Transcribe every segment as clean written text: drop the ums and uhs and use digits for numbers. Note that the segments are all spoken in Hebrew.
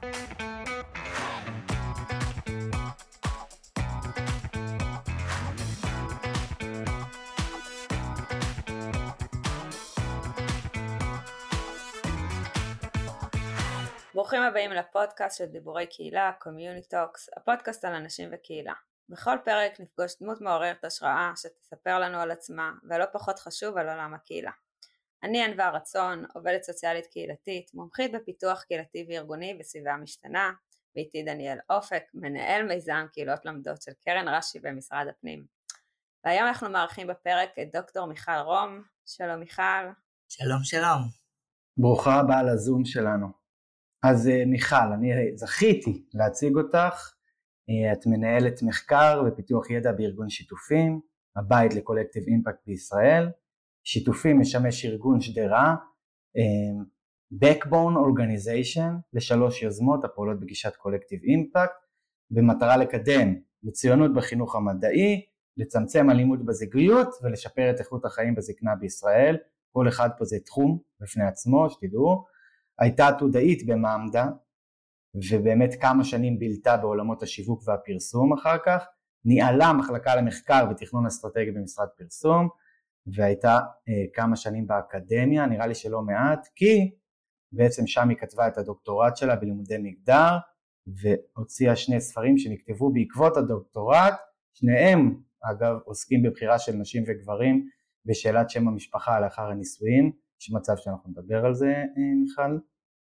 ברוכים הבאים לפודקאסט של דיבורי קהילה, Community Talks, הפודקאסט על אנשים וקהילה. בכל פרק נפגוש דמות מעוררת השראה שתספר לנו על עצמה, ולא פחות חשוב על עולם הקהילה. אני ענווה רצון, עובדת סוציאלית קהילתית, מומחית בפיתוח קהילתי וארגוני בסביבה משתנה, ואיתי דניאל אופק, מנהל מיזם קהילות למדות של קרן רש"י במשרד הפנים. והיום אנחנו מארחים בפרק את דוקטור מיכל רום. שלום מיכל. שלום שלום. ברוכה הבאה לזום שלנו. אז מיכל, אני זכיתי להציג אותך. את מנהלת מחקר ופיתוח ידע בארגון שיתופים, הבית לקולקטיב אימפקט בישראל. שיתופים משמש ארגון שדרה, Backbone Organization, ל3 יוזמות הפועלות בגישת קולקטיב אימפקט, במטרה לקדם מצוינות בחינוך המדעי, לצמצם אלימות בזוגיות ולשפר את איכות החיים בזקנה בישראל. כל אחד פה זה תחום בפני עצמו, שתדעו. הייתה עתודאית במעמדה, ובאמת כמה שנים בילתה בעולמות השיווק והפרסום אחר כך, ניהלה מחלקה למחקר ותכנון אסטרטגי במשרד פרסום, והייתה כמה שנים באקדמיה, נראה לי שלא מעט, כי בעצם שם היא כתבה את הדוקטורט שלה בלימודי מגדר, והוציאה 2 ספרים שנכתבו בעקבות הדוקטורט, שניהם אגב עוסקים בבחירה של נשים וגברים, בשאלת שם המשפחה לאחר הנישואים, יש מצב שאנחנו נדבר על זה מיכל.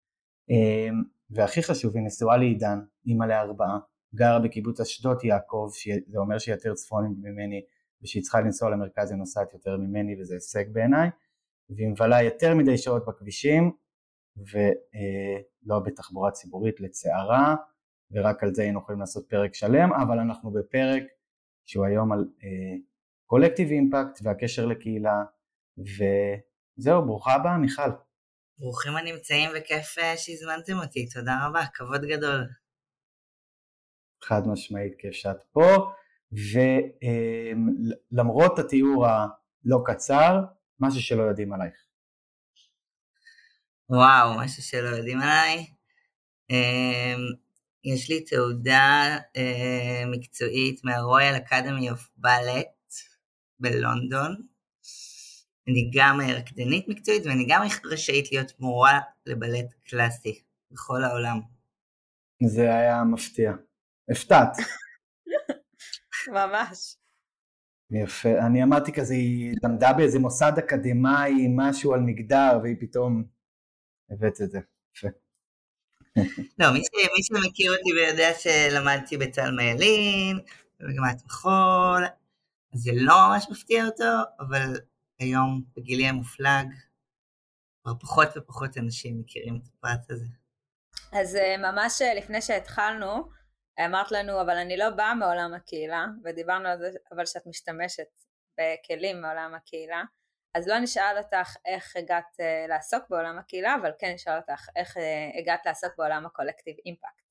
והכי חשוב, היא נשואה לעידן, אימא ל4, גרה בקיבוץ אשדות יעקב, זה אומר שהיא יותר צפונית ממני, ושהיא צריכה לנסוע למרכז, היא נוסעת יותר ממני, וזה הישג בעיניי, והיא מבלה יותר מדי שעות בכבישים, ולא בתחבורה ציבורית לצערה, ורק על זה היינו יכולים לעשות פרק שלם, אבל אנחנו בפרק שהוא היום על קולקטיב אימפקט והקשר לקהילה, וזהו, ברוכה הבאה מיכל. ברוכים הנמצאים וכיף שהזמנתם אותי, תודה רבה, כבוד גדול. חד משמעית, כיף שאת פה, ולמרות התיאור הלא קצר, משהו שלא יודעים עלייך. וואו, משהו שלא יודעים עליי. יש לי תעודה מקצועית מהרויאל אקדמי אוף בלט בלונדון. אני גם רקדנית מקצועית, ואני גם רשאית להיות מורה לבלט קלאסי בכל העולם. זה היה מפתיע. הפתעת. ממש. יפה. אני אמרתי כזה, היא למדה באיזה מוסד אקדמאי, משהו על מגדר, והיא פתאום הבאת את זה. יפה. לא, מי שמכיר אותי ויודע שלמדתי בצלמה ילין, במגמת מחול, אז זה לא ממש מפתיע אותו, אבל היום בגילי המופלג, כבר פחות ופחות אנשים מכירים את הפרט הזה. אז ממש לפני שהתחלנו, אמרת לנו, אבל אני לא באה מעולם הקהילה, ודיברנו על זה, אבל שאת משתמשת בכלים מעולם הקהילה, אז לא נשאל אותך איך הגעת לעסוק בעולם הקהילה, אבל כן נשאל אותך איך הגעת לעסוק בעולם הקולקטיב אימפקט.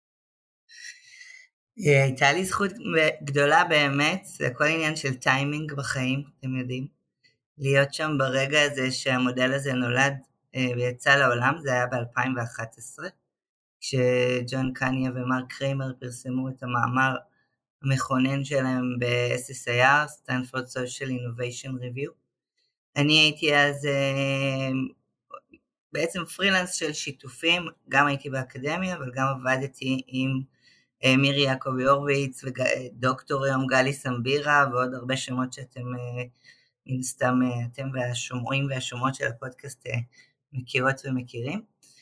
הייתה לי זכות גדולה באמת, זה הכל עניין של טיימינג בחיים, אתם יודעים. להיות שם ברגע הזה שהמודל הזה נולד ויצא לעולם, זה היה ב-2011, כשג'ון קניה ומרק קריימר פרסמו את המאמר המכונן שלהם ב-SSIR, Stanford Social Innovation Review. אני הייתי אז בעצם פרילנס של שיתופים, גם הייתי באקדמיה, אבל גם עבדתי עם מירי יעקבי הורוביץ ודוקטור היום גלי סמבירה, ועוד הרבה שמות שאתם מן סתם אתם והשומעים והשומעות של הפודקאסט מכירות ומכירים.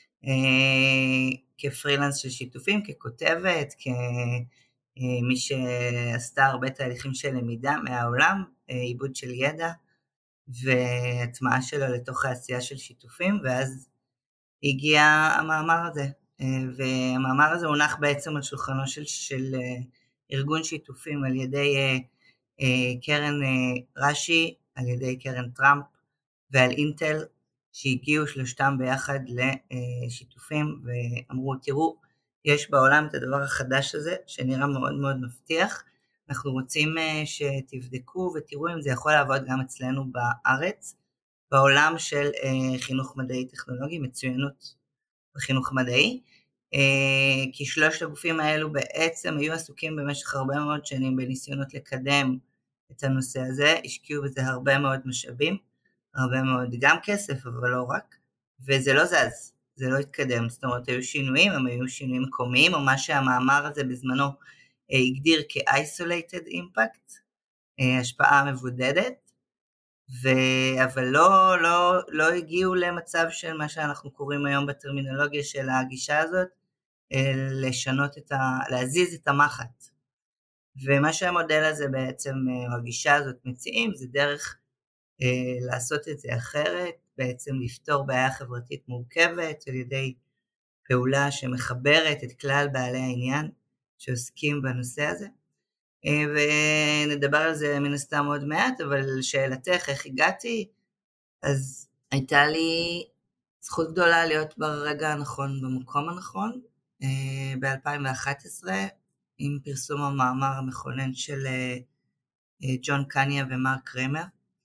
כפרילנס של שיתופים, ככותבת, כמי שעשתה הרבה תהליכים של למידה מהעולם, עיבוד של ידע והטמעה שלו לתוך העשייה של שיתופים, ואז הגיע המאמר הזה, והמאמר הזה הונח בעצם על שולחנו של ארגון שיתופים על ידי קרן רש"י, על ידי קרן טראמפ ועל אינטל, שהגיעו שלושתם ביחד לשיתופים ואמרו, תראו, יש בעולם את הדבר החדש הזה שנראה מאוד מאוד מבטיח, אנחנו רוצים שתבדקו ותראו אם זה יכול לעבוד גם אצלנו בארץ, בעולם של חינוך מדעי טכנולוגי, מצוינות בחינוך מדעי, כי שלושת הגופים האלו בעצם היו עסוקים במשך הרבה מאוד שנים בניסיונות לקדם את הנושא הזה, השקיעו בזה הרבה מאוד משאבים, הרבה מאוד גם כסף אבל לא רק, וזה לא זז, זה לא התקדם, זאת אומרת היו שינויים, הם היו שינויים מקומיים, או מה שהמאמר הזה בזמנו הגדיר כ-isolated impact, השפעה מבודדת, אבל לא הגיעו למצב של מה שאנחנו קוראים היום בטרמינולוגיה של הגישה הזאת, לשנות להזיז את המחט. ומה שהמודל הזה בעצם, הגישה הזאת מציעים, זה דרך לעשות את זה אחרת, בעצם לפתור בעיה חברתית מורכבת, על ידי פעולה שמחברת את כלל בעלי העניין, שעוסקים בנושא הזה. ונדבר על זה מן הסתם עוד מעט, אבל שאלתך איך הגעתי, אז הייתה לי זכות גדולה להיות ברגע הנכון במקום הנכון, ב-2011, עם פרסום המאמר המכונן של ג'ון קניה ומרק קרמר,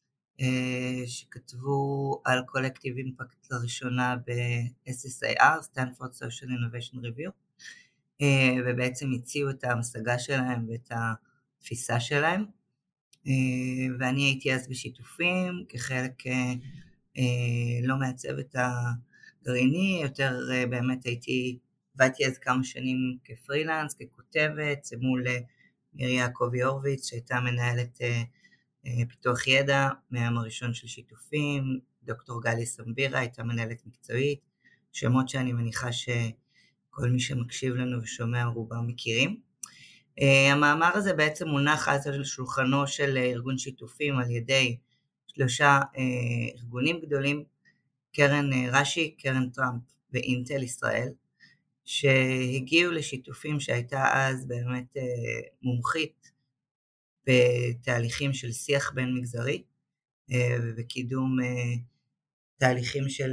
שכתבו על קולקטיב אימפקט לראשונה ב-SSIR, Stanford Social Innovation Review, ובעצם הציעו את ההמשגה שלהם ואת התפיסה שלהם, ואני הייתי אז בשיתופים כחלק לא מהצוות הגרעיני, יותר באמת עבדתי אז כמה שנים כפרילנס, ככותבת, מול מירי יעקבי הורוביץ שהייתה מנהלת פיתוח ידע מהיום הראשון של שיתופים, דוקטור גלי סמבירה הייתה מנהלת מקצועית, שמות שאני מניחה שכל מי שמקשיב לנו ושומע רובם מכירים. המאמר הזה בעצם מונח אז על שולחנו של ארגון שיתופים על ידי 3 ארגונים גדולים, קרן רש"י, קרן טראמפ ואינטל ישראל, שהגיעו לשיתופים שהייתה אז באמת מומחית בתהליכים של שיח בין מגזרי, ובקידום תהליכים של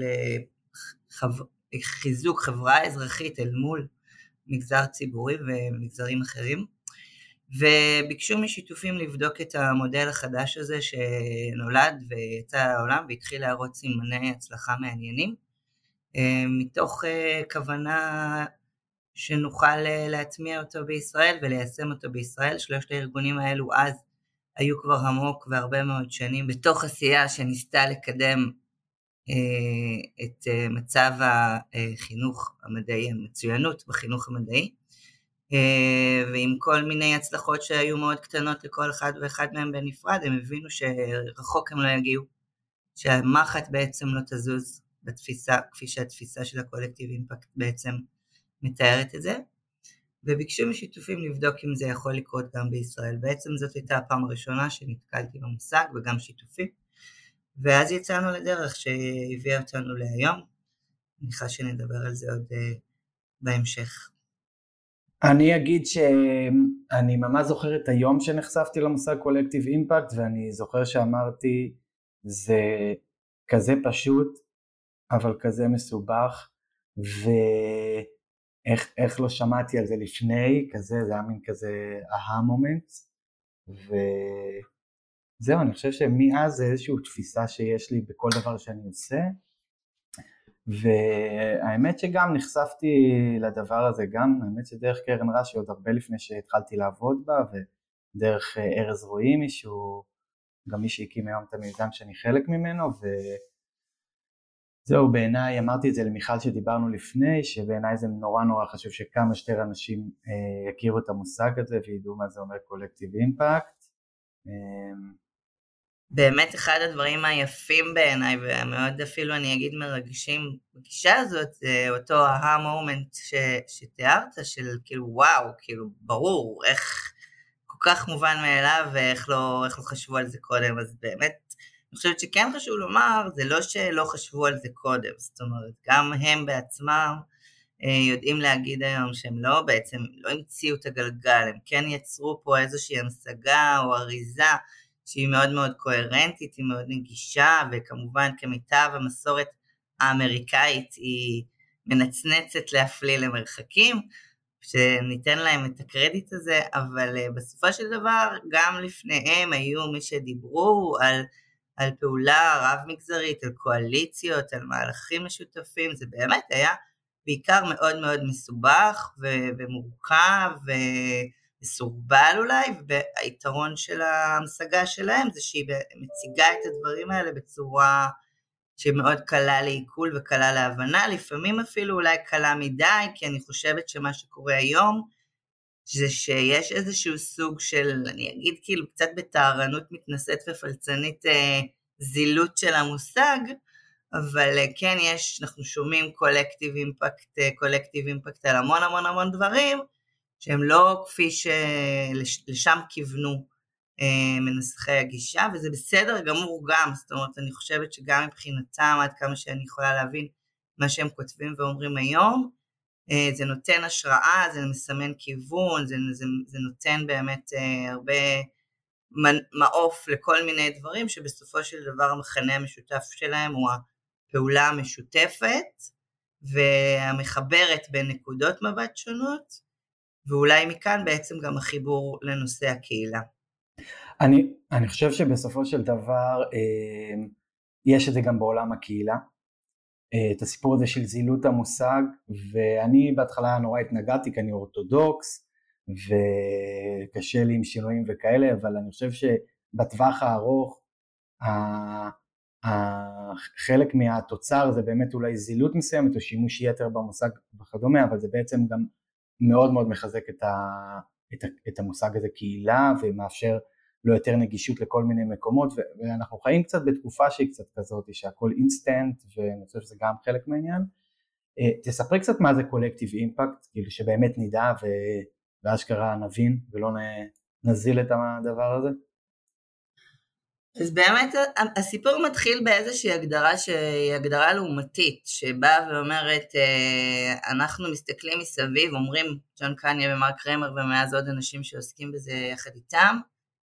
חיזוק חברה אזרחית אל מול מגזר ציבורי ומגזרים אחרים, וביקשו משיתופים לבדוק את המודל החדש הזה שנולד ויצא לעולם והתחיל להראות סימני הצלחה מעניינים, מתוך כוונה שנוכל להטמיע אותו בישראל וליישם אותו בישראל. 3 הארגונים האלו אז היו כבר עמוק והרבה מאוד שנים בתוך עשייה שניסתה לקדם את מצב החינוך המדעי, המצוינות בחינוך המדעי, ועם כל מיני הצלחות שהיו מאוד קטנות לכל אחד ואחד מהם בנפרד, הם הבינו שרחוק הם לא יגיעו, שהמחט בעצם לא תזוז בתפיסה, כפי שהתפיסה של הקולקטיב אימפקט בעצם מתארת את זה, וביקשו משיתופים לבדוק אם זה יכול לקרות גם בישראל. בעצם זאת הייתה הפעם הראשונה שנתקלתי במושג וגם שיתופים, ואז יצאנו לדרך שהביאה אותנו להיום. מניחה שנדבר על זה עוד בהמשך. אני אגיד שאני ממש זוכר את היום שנחשפתי למושג קולקטיב אימפקט, ואני זוכר שאמרתי זה כזה פשוט אבל כזה מסובך, ואיך לא שמעתי על זה לפני, כזה זה היה מין כזה מומנט, וזהו, אני חושב שמאז זה איזושהי תפיסה שיש לי בכל דבר שאני עושה, והאמת שגם נחשפתי לדבר הזה, גם האמת שדרך קרן רש"י עוד הרבה לפני שהתחלתי לעבוד בה, ודרך ארז רוימי שהוא גם מי שהקים היום את המיזם שאני חלק ממנו, וזהו בעיניי, אמרתי את זה למיכל שדיברנו לפני, שבעיניי זה נורא חשוב שכמה שיותר אנשים יכירו את המושג הזה וידעו מה זה אומר קולקטיב אימפקט. באמת אחד הדברים היפים בעיניי, ומאוד אפילו אני אגיד מרגשים בגישה הזאת, זה אותו מומנט שתיארת, של כאילו וואו, כאילו ברור, איך כל כך מובן מאליו, ואיך לא חשבו על זה קודם. אז באמת, אני חושבת שכן חשוב לומר, זה לא שלא חשבו על זה קודם, זאת אומרת, גם הם בעצמם יודעים להגיד היום שהם בעצם לא המציאו את הגלגל, הם כן יצרו פה איזושהי המשגה או אריזה, שהיא מאוד מאוד קוהרנטית, היא מאוד נגישה, וכמובן כמיטב המסורת האמריקאית היא מנצנצת להפליא למרחקים, שניתן להם את הקרדיט הזה, אבל בסופו של דבר גם לפניהם היו מי שדיברו על פעולה רב מגזרית, על קואליציות, על מהלכים משותפים, זה באמת היה בעיקר מאוד מאוד מסובך ומורכב וסורבל אולי, והיתרון של ההמשגה שלהם זה שהיא מציגה את הדברים האלה בצורה שמאוד קלה לעיכול וקלה להבנה, לפעמים אפילו אולי קלה מדי, כי אני חושבת שמה שקורה היום, זה שיש איזשהו סוג של, אני אגיד כאילו קצת בתארנות מתנשאת ופלצנית, זילות של המושג, אבל כן אנחנו שומעים קולקטיב אימפקט על המון המון המון דברים, שהם לא כפי שלשם כיוונו מנסחי הגישה, וזה בסדר גמור גם, זאת אומרת אני חושבת שגם מבחינתם, עד כמה שאני יכולה להבין מה שהם כותבים ואומרים היום, זה נותן השראה, זה מסמן כיוון, זה נותן באמת הרבה מעוף לכל מיני דברים, שבסופו של דבר המכנה המשותף שלהם הוא הפעולה המשותפת, והמחברת בין נקודות מבט שונות, ואולי מכאן בעצם גם החיבור לנושא הקהילה. אני חושב שבסופו של דבר יש את זה גם בעולם הקהילה, את הסיפור הזה של זילות המושג, ואני בהתחלה נורא התנגדתי כי אני אורתודוקס, וקשה לי עם שינויים וכאלה, אבל אני חושב שבטווח הארוך, חלק מהתוצר זה באמת אולי זילות מסוימת, או שימוש יתר במושג וכדומה, אבל זה בעצם גם מאוד מאוד מחזק את המושג הזה קהילה, ומאפשר לו יותר נגישות לכל מיני מקומות, ואנחנו חיים קצת בתקופה שהיא קצת כזאת, שהכל אינסטנט, ואני חושב שזה גם חלק מהעניין. תספרי קצת מה זה קולקטיב אימפקט, כאילו שבאמת נדע ואשכרה נבין, ולא נזיל את הדבר הזה. אז באמת הסיפור מתחיל באיזושהי הגדרה שהיא הגדרה לעומתית, שבאה ואומרת, אנחנו מסתכלים מסביב, אומרים ג'ון קניה ומרק קרמר ומאז עוד אנשים שעוסקים בזה יחד איתם,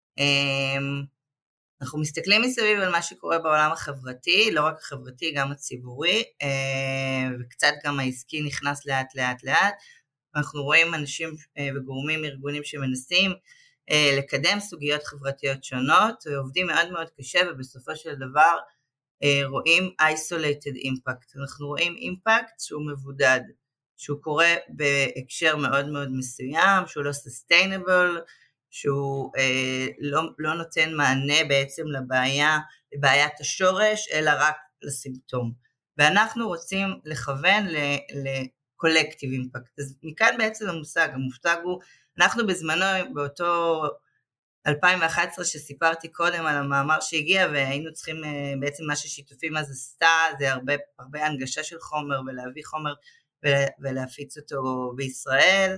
אנחנו מסתכלים מסביב על מה שקורה בעולם החברתי, לא רק החברתי, גם הציבורי, וקצת גם העסקי נכנס לאט לאט לאט, אנחנו רואים אנשים וגורמים ארגונים שמנסים לקדם סוגיות חברתיות שונות, ועובדים מאוד מאוד קשה, ובסופו של דבר רואים isolated impact, אנחנו רואים אימפקט שהוא מבודד, שהוא קורה בהקשר מאוד מאוד מסוים, שהוא לא sustainable, שהוא לא נותן מענה בעצם לבעיית השורש, אלא רק לסימפטום, ואנחנו רוצים לכוון לקולקטיב אימפקט, אז מכאן בעצם המושג הוא, אנחנו בזמנו באותו 2011 שסיפרתי קודם על המאמר שהגיע, והיינו צריכים בעצם מה ששיתופים אז עשתה, זה הרבה הנגשה של חומר, ולהביא חומר ולהפיץ אותו בישראל,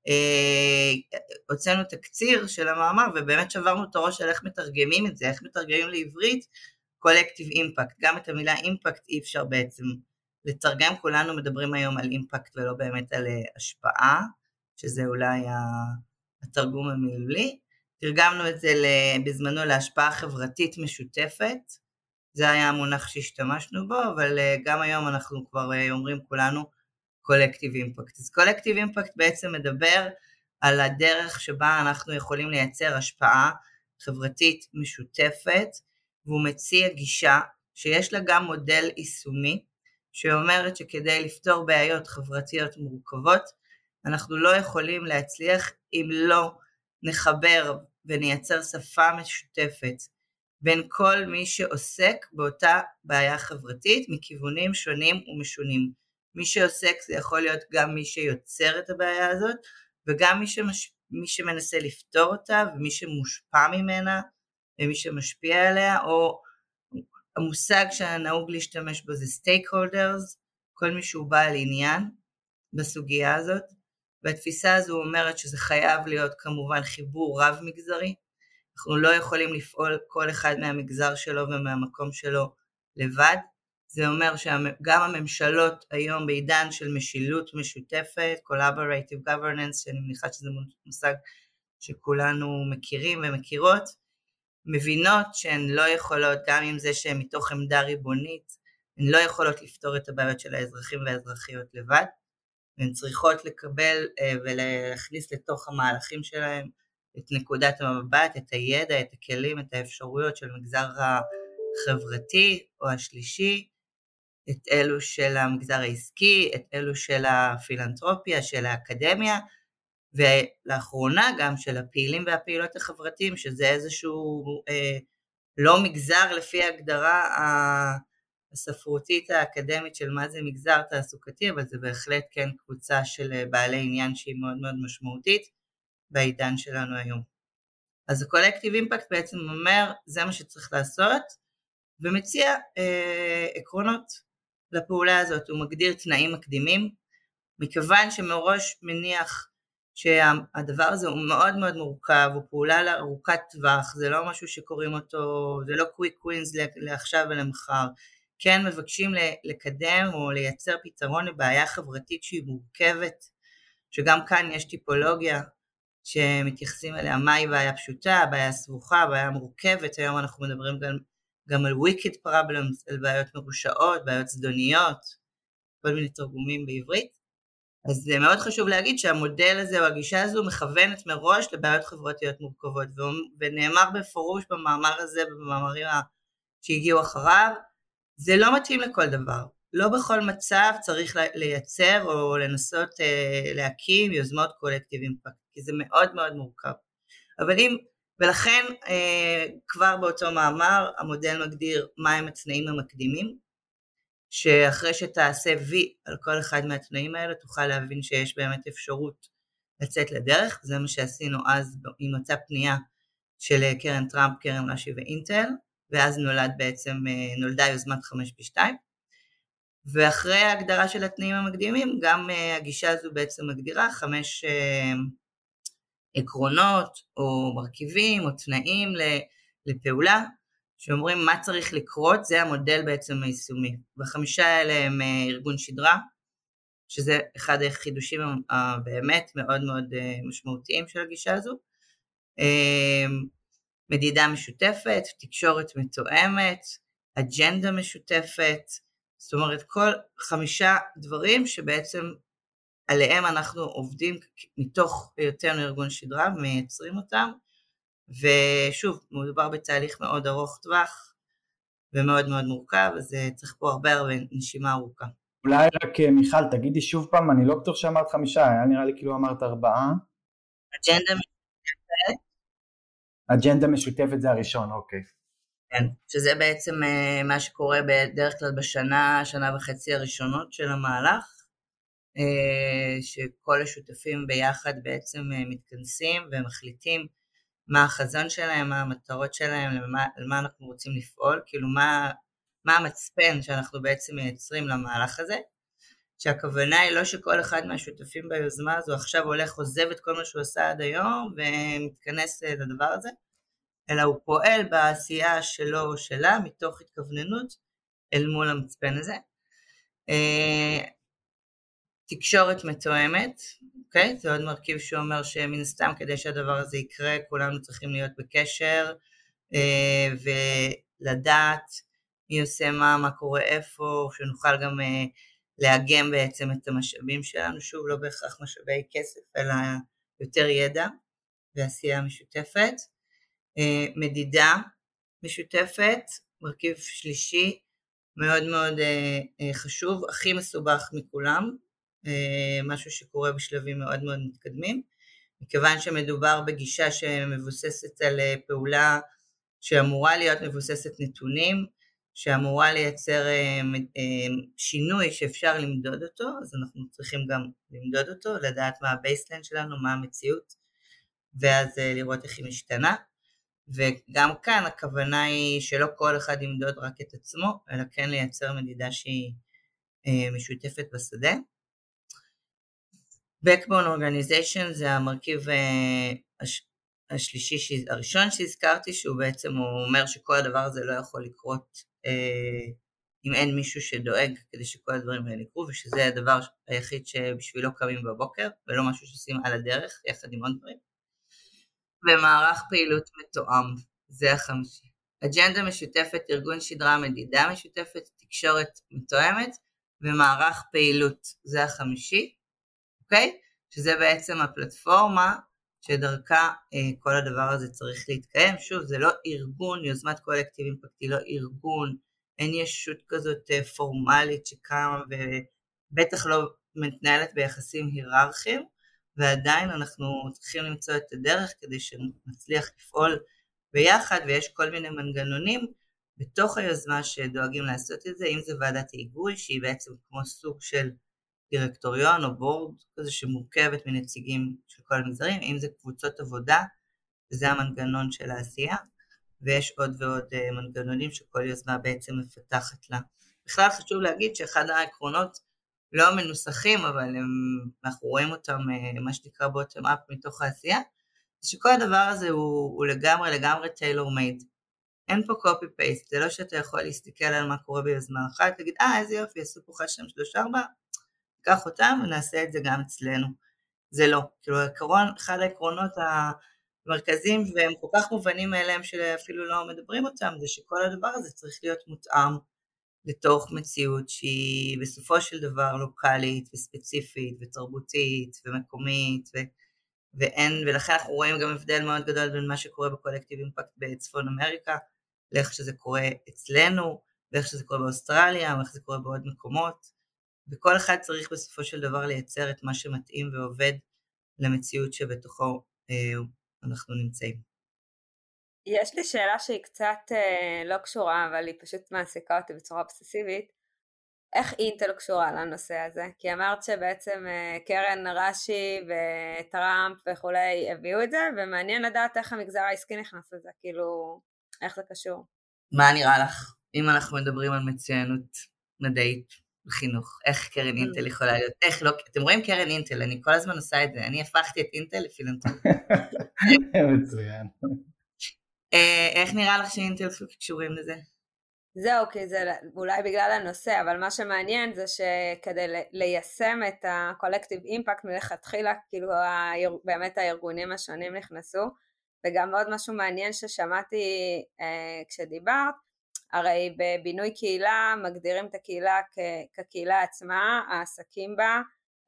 הוצאנו תקציר של המאמר, ובאמת שברנו את הראש על איך מתרגמים את זה, איך מתרגמים לעברית קולקטיב אימפקט, גם את המילה אימפקט אי אפשר בעצם לתרגם, כולנו מדברים היום על אימפקט ולא באמת על השפעה, שזה אולי התרגום המילולי, תרגמנו את זה בזמנו להשפעה חברתית משותפת, זה היה המונח שהשתמשנו בו, אבל גם היום אנחנו כבר אומרים כולנו קולקטיב אימפקט. אז קולקטיב אימפקט בעצם מדבר על הדרך שבה אנחנו יכולים לייצר השפעה חברתית משותפת, והוא מציע גישה שיש לה גם מודל יישומי, שאומרת שכדי לפתור בעיות חברתיות מורכבות, אנחנו לא יכולים להצליח אם לא נחבר ונייצר שפה משותפת בין כל מי שעוסק באותה בעיה חברתית מכיוונים שונים ומשונים. מי שעוסק זה יכול להיות גם מי שיוצר את הבעיה הזאת, וגם מי שמנסה לפתור אותה, ומי שמושפע ממנה, ומי שמשפיע עליה, או המושג שנהוג להשתמש בו זה stakeholders, כל מי שהוא בעל עניין בסוגיה הזאת, והתפיסה הזו אומרת שזה חייב להיות כמובן חיבור רב מגזרי, אנחנו לא יכולים לפעול כל אחד מהמגזר שלו ומהמקום שלו לבד, זה אומר שגם הממשלות היום בעידן של משילות משותפת, collaborative governance, שאני מניחה שזה מושג שכולנו מכירים ומכירות, מבינות שהן לא יכולות, גם עם זה שהן מתוך עמדה ריבונית, הן לא יכולות לפתור את הבעיות של האזרחים והאזרחיות לבד, והן צריכות לקבל ולהכניס לתוך המהלכים שלהם את נקודת המבט, את הידע, את הכלים, את האפשרויות של מגזר החברתי או השלישי, את אלו של המגזר העסקי, את אלו של הפילנתרופיה, של האקדמיה, ולאחרונה גם של הפעילים והפעילות החברתיים, שזה איזשהו לא מגזר לפי ההגדרה הספרותית האקדמית של מה זה מגזר תעסוקתי, אבל זה בהחלט כן קבוצה של בעלי עניין שהיא מאוד מאוד משמעותית בעידן שלנו היום. אז הקולקטיב אימפקט בעצם אומר, זה מה שצריך לעשות, ומציע עקרונות לפעולה הזאת. הוא מגדיר תנאים מקדימים, מכיוון שמראש מניח שהדבר הזה הוא מאוד מאוד מורכב, הוא פעולה לארוכת טווח, זה לא משהו שקוראים אותו, זה לא קוויק ווינס לעכשיו ולמחר, כן מבקשים לקדם או לייצר פתרון לבעיה חברתית שהיא מורכבת, שגם כאן יש טיפולוגיה שמתייחסים אליה, מהי בעיה פשוטה, בעיה סבוכה, בעיה מורכבת, היום אנחנו מדברים גם על wicked problems, על בעיות מרושעות, בעיות זדוניות, כל מיני תרגומים בעברית. אז זה מאוד חשוב להגיד שהמודל הזה או הגישה הזו מכוונת מראש לבעיות חברתיות מורכבות, ונאמר בפירוש במאמר הזה ובמאמרים שהגיעו אחריו, זה לא מתאים לכל דבר, לא בכל מצב צריך לייצר או לנסות להקים יוזמות קולקטיב אימפקט, כי זה מאוד מאוד מורכב. ולכן כבר באותו מאמר המודל מגדיר מהם התנאים המקדימים, שאחרי שתעשה וי על כל אחד מהתנאים האלה, תוכל להבין שיש באמת אפשרות לצאת לדרך, זה מה שעשינו אז עם אותה פנייה של קרן טראמפ, קרן רש"י ואינטל, ואז נולדה יוזמת 5B2, ואחרי ההגדרה של התנאים המקדימים, גם הגישה הזו בעצם מגדירה 5 עקרונות או מרכיבים או תנאים לפעולה, שאומרים מה צריך לקרות, זה המודל בעצם היישומי. ו5 האלה הם ארגון שדרה, שזה אחד החידושים באמת מאוד מאוד משמעותיים של הגישה הזו, מדידה משותפת, תקשורת מתואמת, אג'נדה משותפת, זאת אומרת כל 5 דברים שבעצם עליהם אנחנו עובדים מתוך היותנו ארגון שדרה ומייצרים אותם, ושוב, מדובר בתהליך מאוד ארוך טווח ומאוד מאוד מורכב, אז צריך פה הרבה נשימה ארוכה. אולי רק מיכל, תגידי שוב פעם, אני לא בטוח שאמרת 5, היה נראה לי כאילו אמרת 4. אג'נדה משותפת. אג'נדה משותפת זה הראשון, אוקיי. כן, שזה בעצם מה שקורה בדרך כלל שנה וחצי הראשונות של המהלך, שכל השותפים ביחד בעצם מתכנסים ומחליטים מה החזון שלהם, מה המטרות שלהם, על מה אנחנו רוצים לפעול, כאילו מה המצפן שאנחנו בעצם מייצרים למהלך הזה, שהכוונה היא לא שכל אחד מהשותפים ביוזמה הזו עכשיו הולך עוזב את כל מה שהוא עשה עד היום ומתכנס לדבר הזה, אלא הוא פועל בעשייה שלו או שלה מתוך התכווננות אל מול המצפן הזה. תקשורת מתואמת, אוקיי? זה עוד מרכיב שאומר שמן הסתם כדי שהדבר הזה יקרה, כולנו צריכים להיות בקשר ולדעת מי עושה מה קורה איפה, שנוכל גם לאגם בעצם את המשאבים שלנו, שוב לא בהכרח משאבי כסף, אלא יותר ידע ועשייה משותפת. מדידה משותפת, מרכיב שלישי, מאוד מאוד חשוב, הכי מסובך מכולם, משהו שקורה בשלבים מאוד מאוד מתקדמים, מכיוון שמדובר בגישה שמבוססת על פעולה שאמורה להיות מבוססת נתונים, שאמורה לייצר שינוי שאפשר למדוד אותו, אז אנחנו צריכים גם למדוד אותו, לדעת מה הבייסליין שלנו, מה המציאות, ואז לראות איך היא משתנה, וגם כאן הכוונה היא שלא כל אחד ימדוד רק את עצמו, אלא כן לייצר מדידה שהיא משותפת בשדה. Backbone Organization זה המרכיב הראשון שהזכרתי, שהוא בעצם אומר שכל הדבר הזה לא יכול לקרות אם אין מישהו שדואג כדי שכל הדברים האלה יקרו, ושזה הדבר היחיד שבשבילו קמים בבוקר, ולא משהו שעושים על הדרך יחד עם עוד דברים. ומערך פעילות מתואם, זה 5. אג'נדה משותפת, ארגון שדרה, מדידה משותפת, תקשורת מתואמת, ומערך פעילות, זה 5, אוקיי? שזה בעצם הפלטפורמה שדרכה כל הדבר הזה צריך להתקיים. שוב, זה לא ארגון, יוזמת קולקטיב אימפקט היא לא ארגון, אין ישות כזאת פורמלית שקמה ובטח לא מתנהלת ביחסים היררכיים, ועדיין אנחנו צריכים למצוא את הדרך כדי שנצליח לפעול ביחד, ויש כל מיני מנגנונים בתוך היוזמה שדואגים לעשות את זה, אם זה ועדת ההיגוי שהיא בעצם כמו סוג של דירקטוריון או בורד כזה שמורכבת מנציגים של כל המגזרים, אם זה קבוצות עבודה, וזה המנגנון של העשייה, ויש עוד ועוד מנגנונים שכל יוזמה בעצם מפתחת לה. בכלל חשוב להגיד שאחד העקרונות לא מנוסחים, אבל אנחנו רואים אותם מה שנקרא בוטום אפ מתוך העשייה, זה שכל הדבר הזה הוא לגמרי טיילור מייד. אין פה קופי פייסט, זה לא שאתה יכול להסתכל על מה קורה ביוזמה אחת, תגיד, איזה יופי, עשו פה 1, 2, 3, 4, ניקח אותם ונעשה את זה גם אצלנו. זה לא, כאילו אחד העקרונות המרכזיים, והם כל כך מובנים מאליהם שאפילו לא מדברים אותם, זה שכל הדבר הזה צריך להיות מותאם לתוך מציאות שהיא בסופו של דבר לוקלית וספציפית ותרבותית ומקומית, ולכן אנחנו רואים גם הבדל מאוד גדול בין מה שקורה בקולקטיב אימפקט בצפון אמריקה, לאיך שזה קורה אצלנו, ואיך שזה קורה באוסטרליה, ואיך זה קורה בעוד מקומות, וכל אחד צריך בסופו של דבר לייצר את מה שמתאים ועובד למציאות שבתוכו אנחנו נמצאים. יש לי שאלה שהיא קצת לא קשורה, אבל היא פשוט מעסיקה אותי בצורה אובססיבית. איך אינטל קשורה לנושא הזה? כי אמרת שבעצם קרן רש"י וטראמפ וכולי הביאו את זה, ומעניין לדעת איך המגזר העסקי נכנס לזה, כאילו, איך זה קשור? מה נראה לך, אם אנחנו מדברים על מצוינות מדעית בחינוך, איך קרן אינטל יכולה להיות? איך לא? אתם רואים קרן אינטל, אני כל הזמן עושה את זה, אני הפכתי את אינטל לפילנתרופיה. מצוין. איך נראה לך שאינטל קשורים לזה? זהו, כי זה אולי בגלל הנושא, אבל מה שמעניין זה שכדי ליישם את הקולקטיב אימפקט מלכתחילה, כאילו באמת הארגונים השונים נכנסו, וגם עוד משהו מעניין ששמעתי כשדיברת, הרי בבינוי קהילה מגדירים את הקהילה כקהילה עצמה, העסקים בה,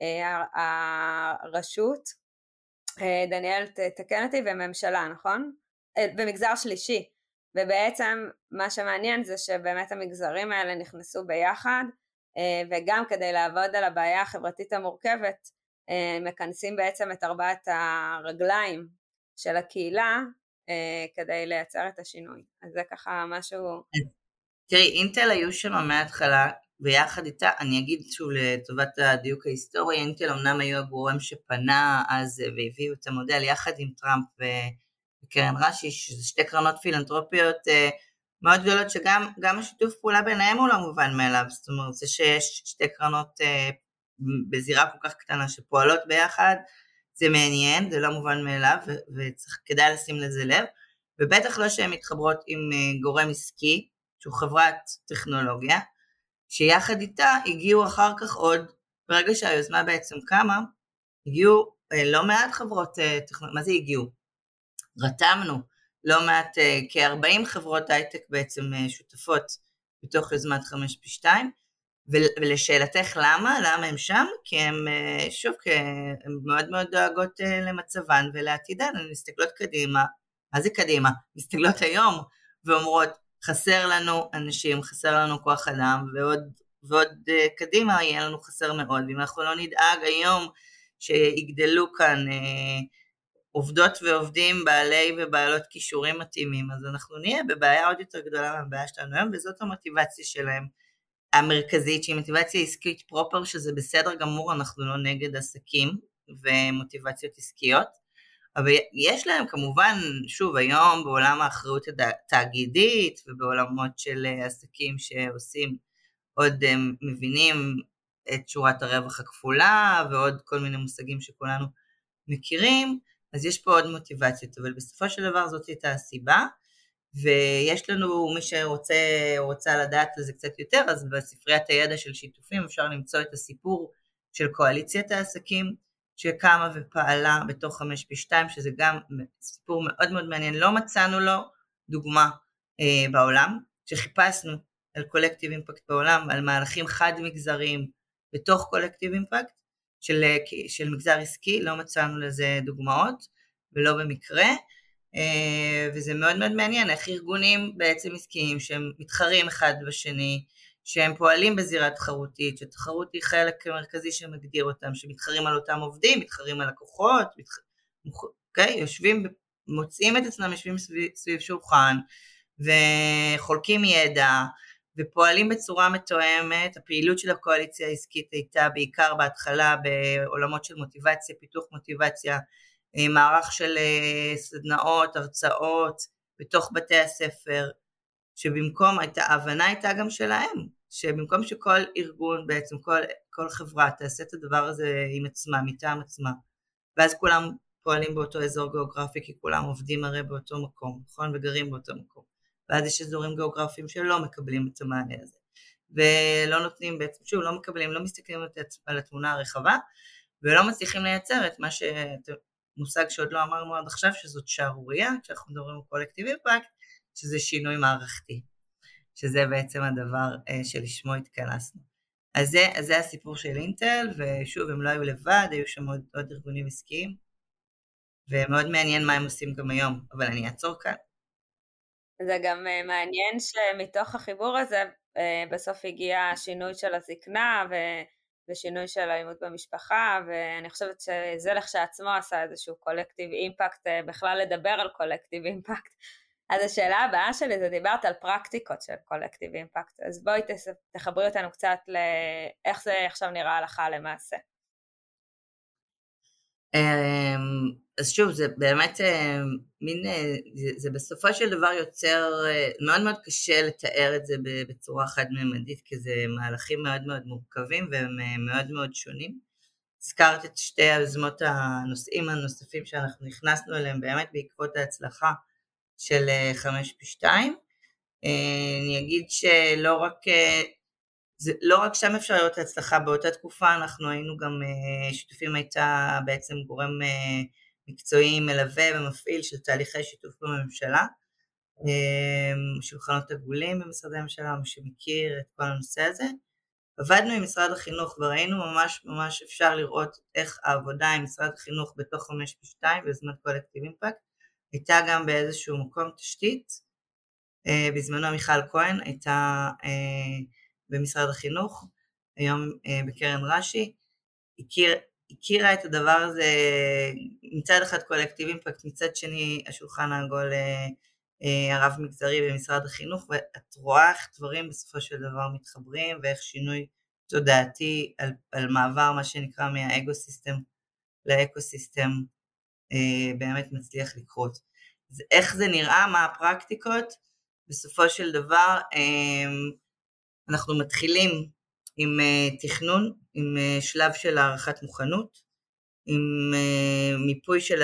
הרשות, דניאל תקן אותי, וממשלה, נכון? במגזר שלישי. ובעצם מה שמעניין זה שבאמת המגזרים האלה נכנסו ביחד, וגם כדי לעבוד על הבעיה החברתית המורכבת, מכנסים בעצם את 4 הרגליים של הקהילה, כדי לייצר את השינוי. אז זה ככה משהו... תראי, אינטל היו שם מההתחלה, ויחד איתה, אני אגיד שוב לטובת הדיוק ההיסטורי, אינטל אמנם היו הגורם שפנה אז, והביאו את המודל יחד עם טראמפ וקרן רש"י, שזה 2 קרנות פילנתרופיות מאוד גדולות, שגם השיתוף פעולה ביניהם הוא לא מובן מאליו, זאת אומרת, זה שיש 2 קרנות בזירה כל כך קטנה שפועלות ביחד, זה מעניין, זה לא מובן מאליו, וכדאי לשים לזה לב, ובטח לא שהן מתחברות עם גורם עסקי, שהוא חברת טכנולוגיה, שיחד איתה הגיעו אחר כך עוד, ברגע שהיוזמה בעצם קמה, הגיעו לא מעט חברות טכנולוגיה, מה זה הגיעו? רתמנו לא מעט, כ-40 חברות הייטק בעצם שותפות בתוך יוזמת 5P2, ולשאלתך למה הם שם? כי הם, שוב, הם מאוד מאוד דואגות למצבן ולעתידן, הן מסתכלות קדימה, מה זה קדימה? מסתכלות היום ואומרות, חסר לנו אנשים, חסר לנו כוח אדם, ועוד קדימה יהיה לנו חסר מאוד, ואם אנחנו לא נדאג היום שיגדלו כאן עובדות ועובדים בעלי ובעלות כישורים מתאימים, אז אנחנו נהיה בבעיה עוד יותר גדולה מהבעיה שלנו היום, וזאת המוטיבציה שלהם המרכזית, שהיא מוטיבציה עסקית פרופר, שזה בסדר גמור, אנחנו לא נגד עסקים ומוטיבציות עסקיות, אבל יש להם כמובן, שוב, היום בעולם האחריות התאגידית, ובעולמות של עסקים שעושים עוד מבינים את שורת הרווח הכפולה, ועוד כל מיני מושגים שכולנו מכירים, אז יש פה עוד מוטיבציות, אבל בסופו של דבר זאת הייתה הסיבה, ויש לנו, מי שרוצה לדעת על זה קצת יותר, אז בספריית הידע של שיתופים אפשר למצוא את הסיפור של קואליציית העסקים, שקמה ופעלה בתוך 5P2, שזה גם סיפור מאוד מאוד מעניין, לא מצאנו לו דוגמה בעולם, שחיפשנו על קולקטיב אימפקט בעולם, על מהלכים חד מגזריים בתוך קולקטיב אימפקט, של מגזר עסקי, לא מצאנו לזה דוגמאות, ולא במקרה, וזה מאוד מאוד מעניין איך ארגונים בעצם עסקיים שהם מתחרים אחד בשני, שהם פועלים בזירה תחרותית, שתחרות היא חלק מרכזי שמגדיר אותם, שמתחרים על אותם עובדים, מתחרים על לקוחות, יושבים, מוצאים את עצמם, יושבים סביב שולחן, וחולקים ידע, ופועלים בצורה מתואמת. הפעילות של הקואליציה העסקית הייתה בעיקר בהתחלה בעולמות של מוטיבציה, פיתוח מוטיבציה, מערך של סדנאות, הרצאות, בתוך בתי הספר, שבמקום ההבנה הייתה גם שלהם, שבמקום שכל ארגון בעצם, כל חברה תעשה את הדבר הזה עם עצמה, מטעם עצמה, ואז כולם פועלים באותו אזור גיאוגרפי, כי כולם עובדים הרי באותו מקום, נכון? וגרים באותו מקום. ואז יש אזורים גיאוגרפיים שלא מקבלים את המענה הזה, ולא נותנים בעצם, שוב, לא מקבלים, לא מסתכלים על התמונה הרחבה, ולא מצליחים לייצר את מה מושג שעוד לא אמרנו עד עכשיו, שזאת שערוריה, כשאנחנו מדברים על קולקטיב אימפקט, שזה שינוי מערכתי, שזה בעצם הדבר שלשמו התכנסנו. אז זה הסיפור של אינטל, ושוב, הם לא היו לבד, היו שם עוד ארגונים עסקיים, ומאוד מעניין מה הם עושים גם היום, אבל אני אעצור כאן. זה גם מעניין שמתוך החיבור הזה, בסוף הגיע השינוי של הזקנה, ושינוי של האלימות במשפחה, ואני חושבת שזה לכשעצמו עשה איזשהו קולקטיב אימפקט, בכלל לדבר על קולקטיב אימפקט. אז השאלה הבאה שלי זה דיברת על פרקטיקות של קולקטיב אימפקט, אז בואי תחברי אותנו קצת לאיך זה עכשיו נראה הלכה למעשה. אז שוב, זה באמת זה בסופו של דבר יוצר, מאוד מאוד קשה לתאר את זה בצורה חד-ממדית, כי זה מהלכים מאוד מאוד מורכבים והם מאוד מאוד שונים. הזכרת את שתי היוזמות הנושאים הנוספים שאנחנו נכנסנו אליהם באמת בעקבות ההצלחה של 5P2. אני אגיד שלא רק שם אפשר לראות ההצלחה, באותה תקופה אנחנו היינו גם שותפים, הייתה בעצם גורם מקצועי מלווה ומפעיל של תהליכי שיתוף בממשלה, שולחנות עגולים במשרדי הממשלה, מי שמכיר את כל הנושא הזה. עבדנו עם משרד החינוך וראינו ממש אפשר לראות איך העבודה עם משרד החינוך בתוך 5P2 ויוזמת קולקטיב אימפקט, הייתה גם באיזשהו מקום תשתית. בזמנו מיכל כהן הייתה במשרד החינוך, היום בקרן רש"י, הכירה את הדבר הזה, מצד אחד קולקטיב אימפקט, מצד שני השולחן העגול הרב מגזרי במשרד החינוך, ואת רואה איך דברים בסופו של דבר מתחברים, ואיך שינוי תודעתי על מעבר מה שנקרא מהאגוסיסטם לאקוסיסטם באמת מצליח לקרות. אז איך זה נראה, מה הפרקטיקות? בסופו של דבר אנחנו מתחילים עם תכנון, עם שלב של הערכת מוכנות, עם מיפוי של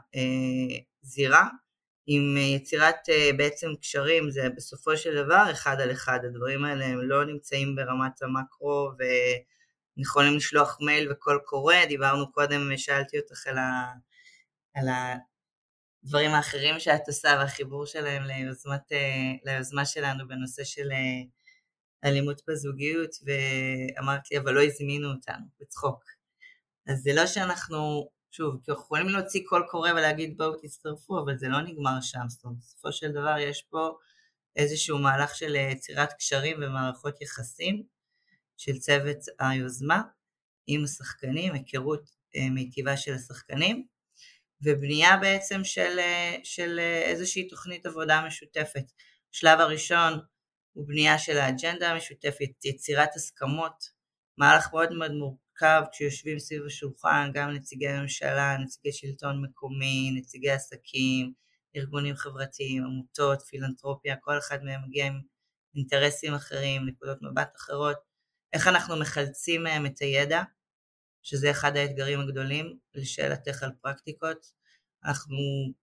הזירה, עם יצירת בעצם קשרים, זה בסופו של דבר אחד על אחד, הדברים האלה הם לא נמצאים ברמת המקרו ונכונים לשלוח מייל וכל קורא, דיברנו קודם, שאלתי אותך על הדברים האחרים שאת עושה והחיבור שלהם ליוזמה שלנו בנושא של אלימות בזוגיות, ואמרת לי אבל לא הזמינו אותנו בצחוק. אז זה לא שאנחנו, שוב, כי אנחנו יכולים להוציא קול קורא ולהגיד בואו תצטרפו, אבל זה לא נגמר שם. זאת אומרת, בסופו של דבר יש פה איזשהו מהלך של יצירת קשרים ומערכות יחסים של צוות היוזמה עם השחקנים, היכרות מיטיבה של השחקנים, ובנייה בעצם של איזושהי תוכנית עבודה משותפת. השלב הראשון הוא בנייה של האג'נדה המשותפת, יצירת הסכמות, מהלך מאוד מאוד מורכב כשיושבים סביב השולחן, גם נציגי ממשלה, נציגי שלטון מקומי, נציגי עסקים, ארגונים חברתיים, עמותות, פילנתרופיה, כל אחד מהם מגיע עם אינטרסים אחרים, נקודות מבט אחרות, איך אנחנו מחלצים מהם את הידע, שזה אחד האתגרים הגדולים, לשאלתך על פרקטיקות. אנחנו